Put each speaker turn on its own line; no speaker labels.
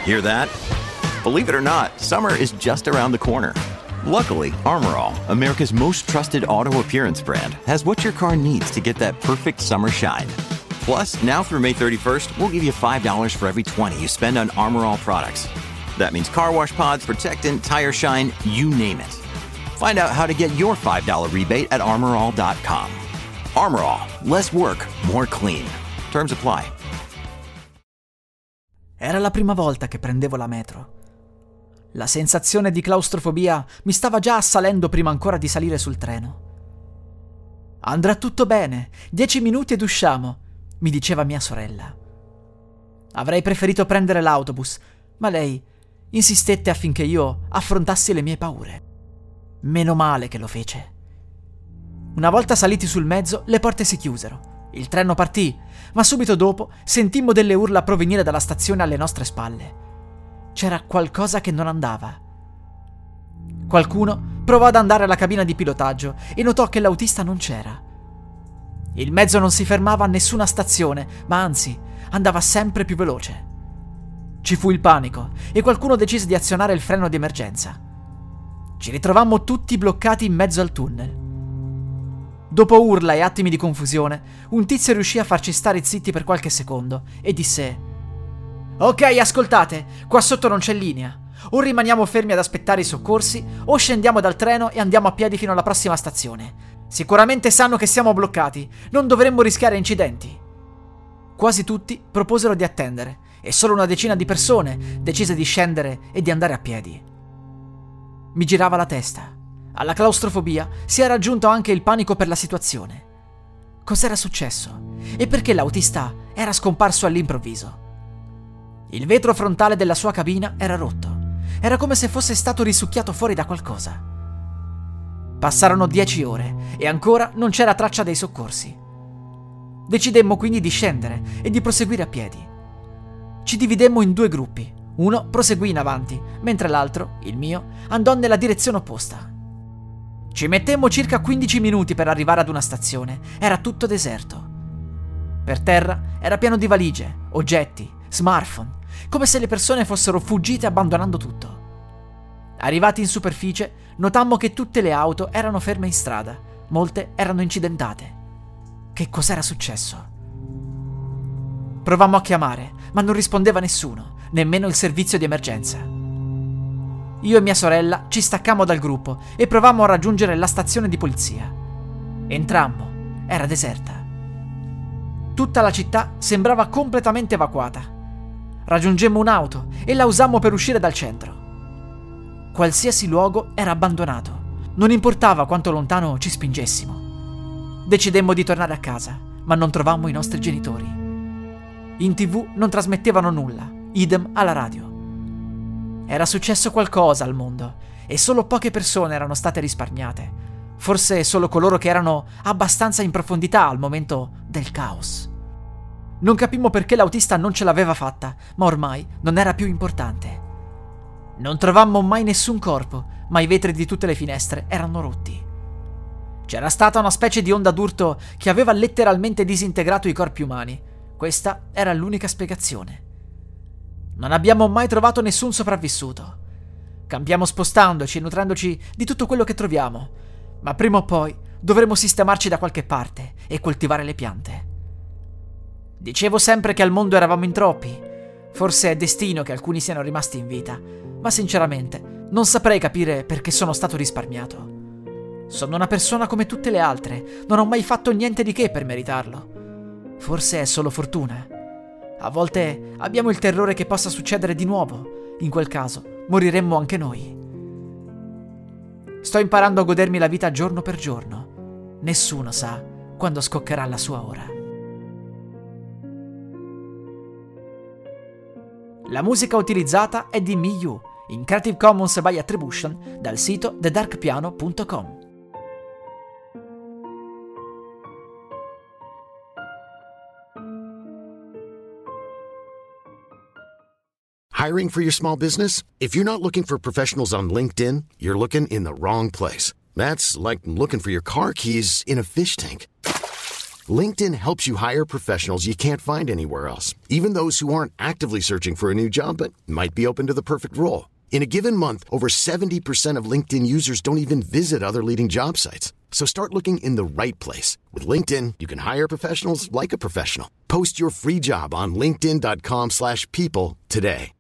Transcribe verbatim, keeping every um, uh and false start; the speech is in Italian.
Hear that? Believe it or not, summer is just around the corner. Luckily, Armor All, America's most trusted auto appearance brand, has what your car needs to get that perfect summer shine. Plus, now through May thirty-first, we'll give you five dollars for every twenty you spend on Armor All products. That means car wash pods, protectant, tire shine, you name it. Find out how to get your five dollars rebate at armor all dot com. Armor All, less work, more clean. Terms apply.
Era la prima volta che prendevo la metro. La sensazione di claustrofobia mi stava già assalendo prima ancora di salire sul treno. «Andrà tutto bene, dieci minuti ed usciamo», mi diceva mia sorella. Avrei preferito prendere l'autobus, ma lei insistette affinché io affrontassi le mie paure. Meno male che lo fece. Una volta saliti sul mezzo, le porte si chiusero. Il treno partì, ma subito dopo sentimmo delle urla provenire dalla stazione alle nostre spalle. C'era qualcosa che non andava. Qualcuno provò ad andare alla cabina di pilotaggio e notò che l'autista non c'era. Il mezzo non si fermava a nessuna stazione, ma anzi andava sempre più veloce. Ci fu il panico e qualcuno decise di azionare il freno di emergenza. Ci ritrovammo tutti bloccati in mezzo al tunnel. Dopo urla e attimi di confusione, un tizio riuscì a farci stare zitti per qualche secondo e disse: «Ok, ascoltate, qua sotto non c'è linea. O rimaniamo fermi ad aspettare i soccorsi, o scendiamo dal treno e andiamo a piedi fino alla prossima stazione. Sicuramente sanno che siamo bloccati, non dovremmo rischiare incidenti». Quasi tutti proposero di attendere e solo una decina di persone decise di scendere e di andare a piedi. Mi girava la testa. Alla claustrofobia si era aggiunto anche il panico per la situazione. Cos'era successo? E perché l'autista era scomparso all'improvviso? Il vetro frontale della sua cabina era rotto. Era come se fosse stato risucchiato fuori da qualcosa. Passarono dieci ore e ancora non c'era traccia dei soccorsi. Decidemmo quindi di scendere e di proseguire a piedi. Ci dividemmo in due gruppi. Uno proseguì in avanti, mentre l'altro, il mio, andò nella direzione opposta. Ci mettemmo circa quindici minuti per arrivare ad una stazione. Era tutto deserto. Per terra era pieno di valigie, oggetti, smartphone, come se le persone fossero fuggite abbandonando tutto. Arrivati in superficie, notammo che tutte le auto erano ferme in strada, molte erano incidentate. Che cos'era successo? Provammo a chiamare, ma non rispondeva nessuno, nemmeno il servizio di emergenza. Io e mia sorella ci staccammo dal gruppo e provammo a raggiungere la stazione di polizia. Entrammo, era deserta. Tutta la città sembrava completamente evacuata. Raggiungemmo un'auto e la usammo per uscire dal centro. Qualsiasi luogo era abbandonato, non importava quanto lontano ci spingessimo. Decidemmo di tornare a casa, ma non trovammo i nostri genitori. In tivù non trasmettevano nulla, idem alla radio. Era successo qualcosa al mondo e solo poche persone erano state risparmiate, forse solo coloro che erano abbastanza in profondità al momento del caos. Non capimmo perché l'autista non ce l'aveva fatta, ma ormai non era più importante. Non trovammo mai nessun corpo, ma i vetri di tutte le finestre erano rotti. C'era stata una specie di onda d'urto che aveva letteralmente disintegrato i corpi umani. Questa era l'unica spiegazione. Non abbiamo mai trovato nessun sopravvissuto. Campiamo spostandoci e nutrendoci di tutto quello che troviamo, ma prima o poi dovremo sistemarci da qualche parte e coltivare le piante. Dicevo sempre che al mondo eravamo in troppi. Forse è destino che alcuni siano rimasti in vita, ma sinceramente non saprei capire perché sono stato risparmiato. Sono una persona come tutte le altre, non ho mai fatto niente di che per meritarlo. Forse è solo fortuna. A volte abbiamo il terrore che possa succedere di nuovo. In quel caso moriremmo anche noi. Sto imparando a godermi la vita giorno per giorno. Nessuno sa quando scoccherà la sua ora. La musica utilizzata è di Miyu, in Creative Commons by Attribution, dal sito the dark piano punto com.
Hiring for your small business? If you're not looking for professionals on LinkedIn, you're looking in the wrong place. That's like looking for your car keys in a fish tank. LinkedIn helps you hire professionals you can't find anywhere else, even those who aren't actively searching for a new job but might be open to the perfect role. In a given month, over seventy percent of LinkedIn users don't even visit other leading job sites. So start looking in the right place. With LinkedIn, you can hire professionals like a professional. Post your free job on linkedin dot com slash people today.